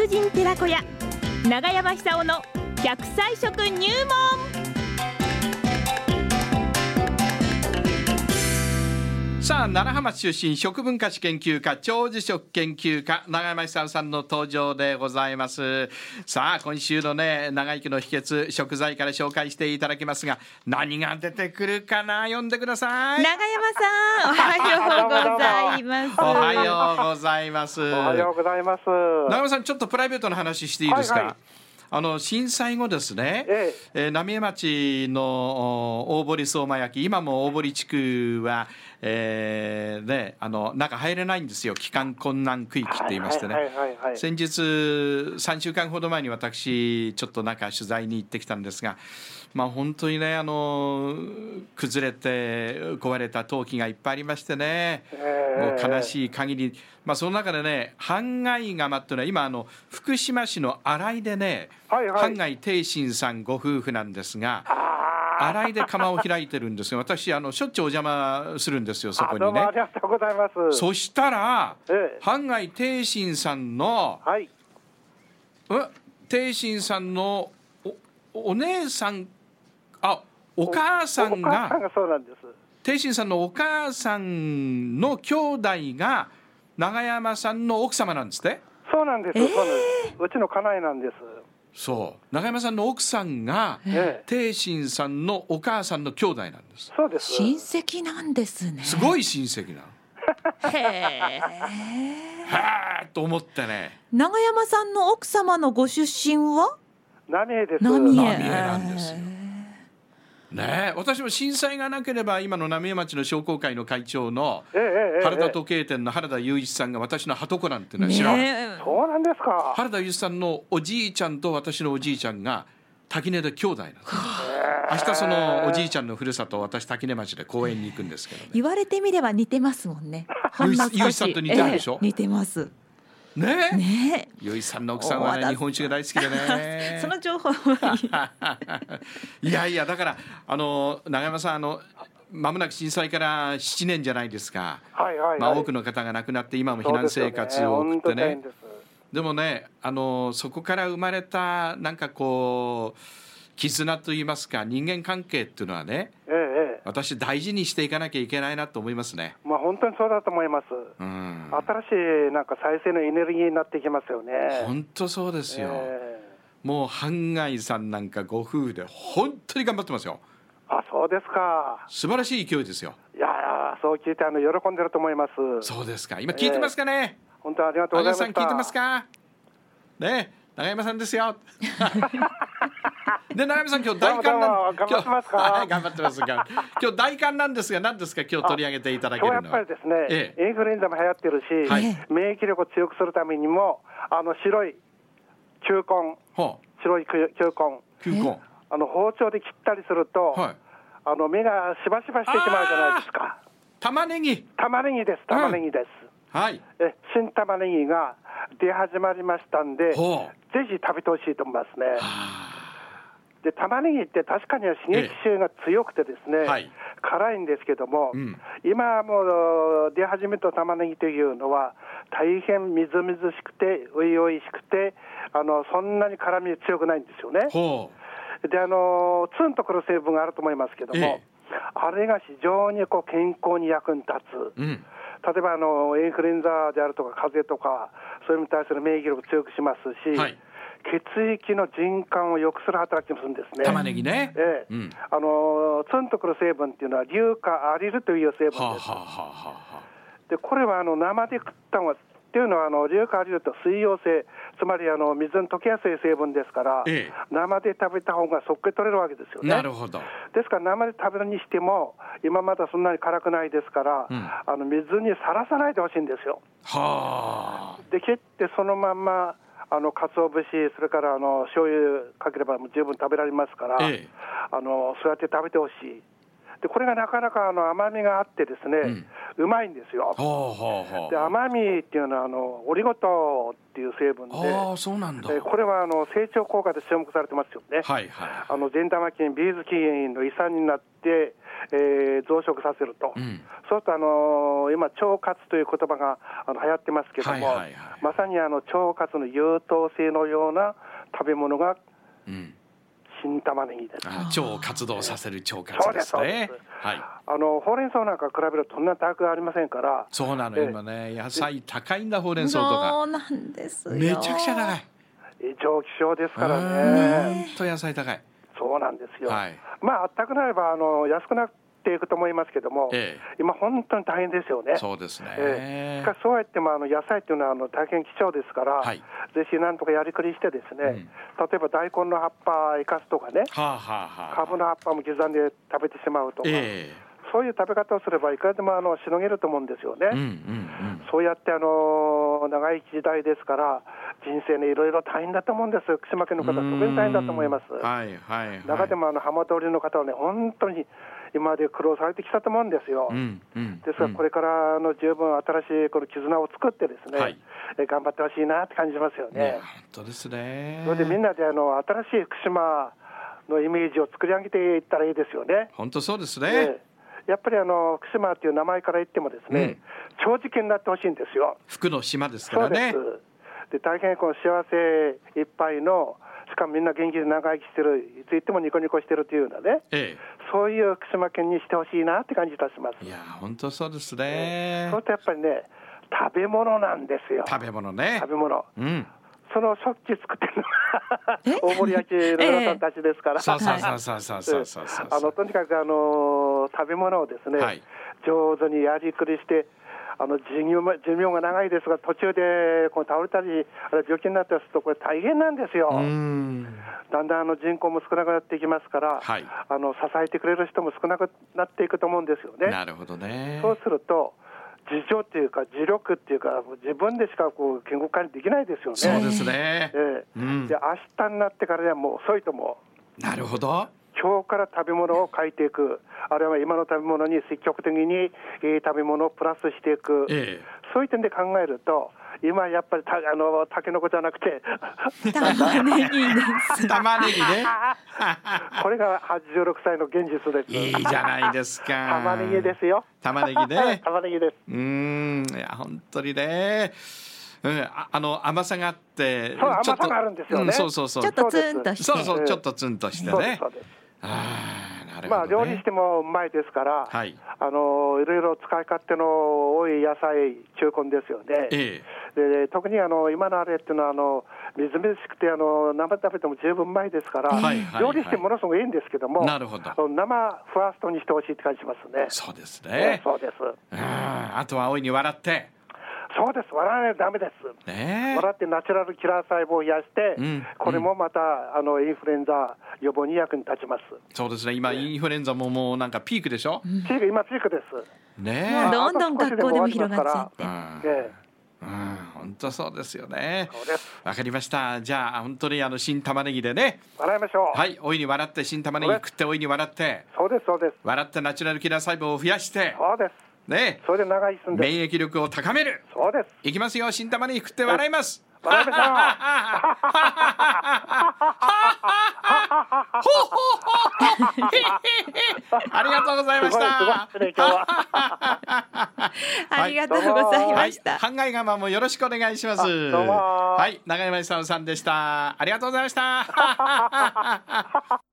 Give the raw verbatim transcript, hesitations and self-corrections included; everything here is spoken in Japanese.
達人寺子屋長山久夫の百歳食入門。 さあ、楢葉町出身食文化史研究家長寿食研究家長山久夫さんの登場でございます。さあ、今週のね長生きの秘訣、食材から紹介していただきますが、何が出てくるかな、読んでください。 長山さん、おはようございます。 おはようございます。 おはようございます。 長山さん、ちょっとプライベートの話していいですか。はいはい、あの震災後ですね、えええー、浪江町の大堀相馬焼、今も大堀地区は、えーね、あの中入れないんですよ。帰還困難区域って言いましてね、先日さんしゅうかんほど前に私ちょっと中取材に行ってきたんですが、まあ、本当にね、あの崩れて壊れた陶器がいっぱいありましてね、もう悲しい限り、まあ、その中でね、半貝窯っていうのは今あの福島市の新井でね、はいはい、半貝定信さんご夫婦なんですが、新井で窯を開いてるんですが、私あのしょっちゅうお邪魔するんですよ、そこにね。 どうもありがとうございます。 そしたら、ええ、半貝定信さんの、はい、定信さんの お, お姉さん、あ、お母さんが、定信さんのお母さんの兄弟が長山さんの奥様なんですね。 そうなんです、えー、そうなんです。うちの家内なんです。 そう、長山さんの奥さんが、えー、定信さんのお母さんの兄弟なんです。 そうです。 親戚なんですね。 すごい親戚なの。 へえ。 はーと思ってね。 長山さんの奥様のご出身は浪江です。 浪江なんですよ。ね、私も震災がなければ今の浪江町の商工会の会長の原田時計店の原田雄一さんが私のはとこなんていうのは知らない、 ね、そうなんですか。 原田雄一さんのおじいちゃんと私のおじいちゃんが滝根で兄弟なんです。明日そのおじいちゃんのふるさと、私滝根町で公園に行くんですけどね。 言われてみれば似てますもんね。 雄一さんと似てるでしょ、 えー、似てますねえ、 ねえ、 ゆいさんの奥さんはね、日本酒が大好きでね。 その情報はいやいや、だからあの長山さん、あの間もなく震災からななねんじゃないですか、はいはいはい、まあ、多くの方が亡くなって今も避難生活を送ってね。 で, ねでもね、あのそこから生まれたなんかこう絆といいますか、人間関係っていうのはね、ええ、私大事にしていかなきゃいけないなと思いますね。 まあ、本当にそうだと思います、うん、新しいなんか再生のエネルギーになってきますよね。 本当そうですよ、えー、もう半貝さんなんかご夫婦で本当に頑張ってますよ。 あ、そうですか。 素晴らしい勢いですよ。 いや、そう聞いてあの喜んでると思います。 そうですか。今聞いてますかね、 えー、本当ありがとうございました。 長山さん聞いてますかね、長山さんですよで、長山さん、今日大寒なん頑張ってますか。 はい、頑張ってますが今日大寒なんですが、何ですか今日取り上げていただけるのは。 今日やっぱりですね、ええ、インフルエンザも流行ってるし、はい、免疫力を強くするためにもあの白い球根、白い球根、球根あの包丁で切ったりすると、はい、あの目がしばしばしてしまうじゃないですか。 玉ねぎ玉ねぎです、玉ねぎです、うん、はい、え新玉ねぎが出始まりましたんで、ぜひ食べてほしいと思いますね。で、玉ねぎって確かには刺激臭が強くてですね、ええ、はい、辛いんですけども、うん、今もう出始めた玉ねぎというのは大変みずみずしくておいおいしくて、あのそんなに辛み強くないんですよね。で、あのツンとくる成分があると思いますけども、ええ、あれが非常にこう健康に役に立つ、うん、例えばあのインフルエンザであるとか風邪とかそういうのに対する免疫力を強くしますし、はい、血液の循環を良くする働きもするんですね。 玉ねぎね、 ええ、うん、あのツンとくる成分っていうのは硫化アリルという成分です。はあはあはあ、でこれはあの生で食ったのがっていうのはあの硫化アリルと水溶性、つまりあの水に溶けやすい成分ですから、ええ、生で食べた方が即決取れるわけですよね。 なるほど。 ですから生で食べるにしても今まだそんなに辛くないですから、うん、あの水にさらさないでほしいんですよ。はあ。で切ってそのまんまあの鰹節、それからあの醤油かければ十分食べられますから、ええ、あのそうやって食べてほしい。でこれがなかなかあの甘みがあってですね、うん、 うまいんですよ。 ほうほうほう。 で甘みっていうのはあのオリゴ糖っていう成分で、 ああそうなんだ。 えこれはあの成長効果で注目されてますよね。 はいはい。 あの善玉菌ビーズ菌の遺産になって、えー、増殖させると、うん、そうするとあの今腸活という言葉があの流行ってますけども、はいはいはい、まさにあの腸活の優等生のような食べ物が、うん新玉ねぎです。 あ腸を活動させる腸活ですね。 はい、あのほうれん草なんか比べるとそんな高くありませんから。 そうなの今ね野菜高いんだほうれん草とか。 そうなんですよ。 めちゃくちゃ高い。 異常気象ですからね。 本当野菜高い。 そうなんですよ。 はい、 まああったくなればあの安くなっていくと思いますけども、ええ、今本当に大変ですよね。 そうですね。 ええ、しかしそうやってもあの野菜っていうのはあの大変貴重ですから、はい、ぜひなんとかやりくりしてですね、うん、例えば大根の葉っぱ生かすとかね、はあはあはあ、株の葉っぱも刻んで食べてしまうとか、えー、そういう食べ方をすればいくらでもあのしのげると思うんですよね。うんうんうん、そうやってあの長い時代ですから人生ねいろいろ大変だと思うんです。福島県の方は特に大変だと思います。はいはいはい、中でもあの浜通りの方はね本当に今まで苦労されてきたと思うんですよ。うんうん、ですからこれからの十分新しいこの絆を作ってですね、はい、え頑張ってほしいなって感じますよね。 本当ですね。 それでみんなであの新しい福島のイメージを作り上げていったらいいですよね。 本当そうですね。 えー、やっぱりあの福島という名前から言ってもですね、うん、長寿県になってほしいんですよ。 福の島ですからね。 そうです。で大変この幸せいっぱいのしかもみんな元気で長生きしてるいつ言ってもニコニコしてるというようなね、ええ、そういう福島県にしてほしいなって感じいたします。 いや本当そうですね。 そうするとやっぱりね食べ物なんですよ。 食べ物ね。 食べ物、うん、その食器作ってるのは大森焼きの皆さんたちですから、 そうそうそうそうそうそうそうあのとにかくあの食べ物をですね、はい、上手にやりくりしてあの寿命、寿命が長いですが途中でこう倒れたりあれ病気になったりするとこれ大変なんですよ。うんだんだんあの人口も少なくなっていきますから、はい、あの支えてくれる人も少なくなっていくと思うんですよね。 なるほどね。 そうすると自助っていうか自力っていうか自分でしかこう健康管理できないですよね。 そうですね、 えーうん、で明日になってからはもう遅いと思う。なるほど。 今日から食べ物を変えていくあるいは今の食べ物に積極的に、えー、食べ物をプラスしていく、ええ、そういう点で考えると今やっぱりたあのタケノコじゃなくて玉ねぎです玉ねぎねこれがはちじゅうろくさいの現実です。 いいじゃないですか。 玉ねぎですよ。 玉ねぎね玉ねぎです。 うーんいや本当にね、うん、あ, あの甘さがあってそう甘さがあるんですよね、うん、 そうそうそうちょっとツンとしてそうそうちょっとツンとしてね、そうですそうです。 あなるほどね、まあ料理してもうまいですから、はい、あのいろいろ使い勝手の多い野菜球根ですよね、ええ、で特にあの今のあれっていうのはあのみずみずしくてあの生で食べても十分うまいですから、はいはいはい、料理してものすごくいいんですけども、 なるほど生ファーストにしてほしいって感じしますね。 そうですね、 そうです。 ああとは大いに笑ってそうです。笑わないとダメです、ね、笑ってナチュラルキラー細胞を増やして、うん、これもまたあのインフルエンザ予防に役に立ちます。 そうですね。今、ね、インフルエンザももうなんかピークでしょ、うん、 ピーク今ピークですね。 もうどんどん学校でも広がっちゃって、 うん、本当そうですよね。 そうです。 わかりました。じゃあ本当にあの新玉ねぎでね笑いましょう。 はい、大いに笑って新玉ねぎ食って大いに笑って、 そうですそうです。 笑ってナチュラルキラー細胞を増やして、 そうですね、 それで長い住んで免疫力を高める。 そうです。 いきますよ。新玉ねぎ食って笑います。 笑いましょう。 ありがとうございました。 ありがとうございました。 半外釜もよろしくお願いします。はい、永山久夫さんでした。ありがとうございました。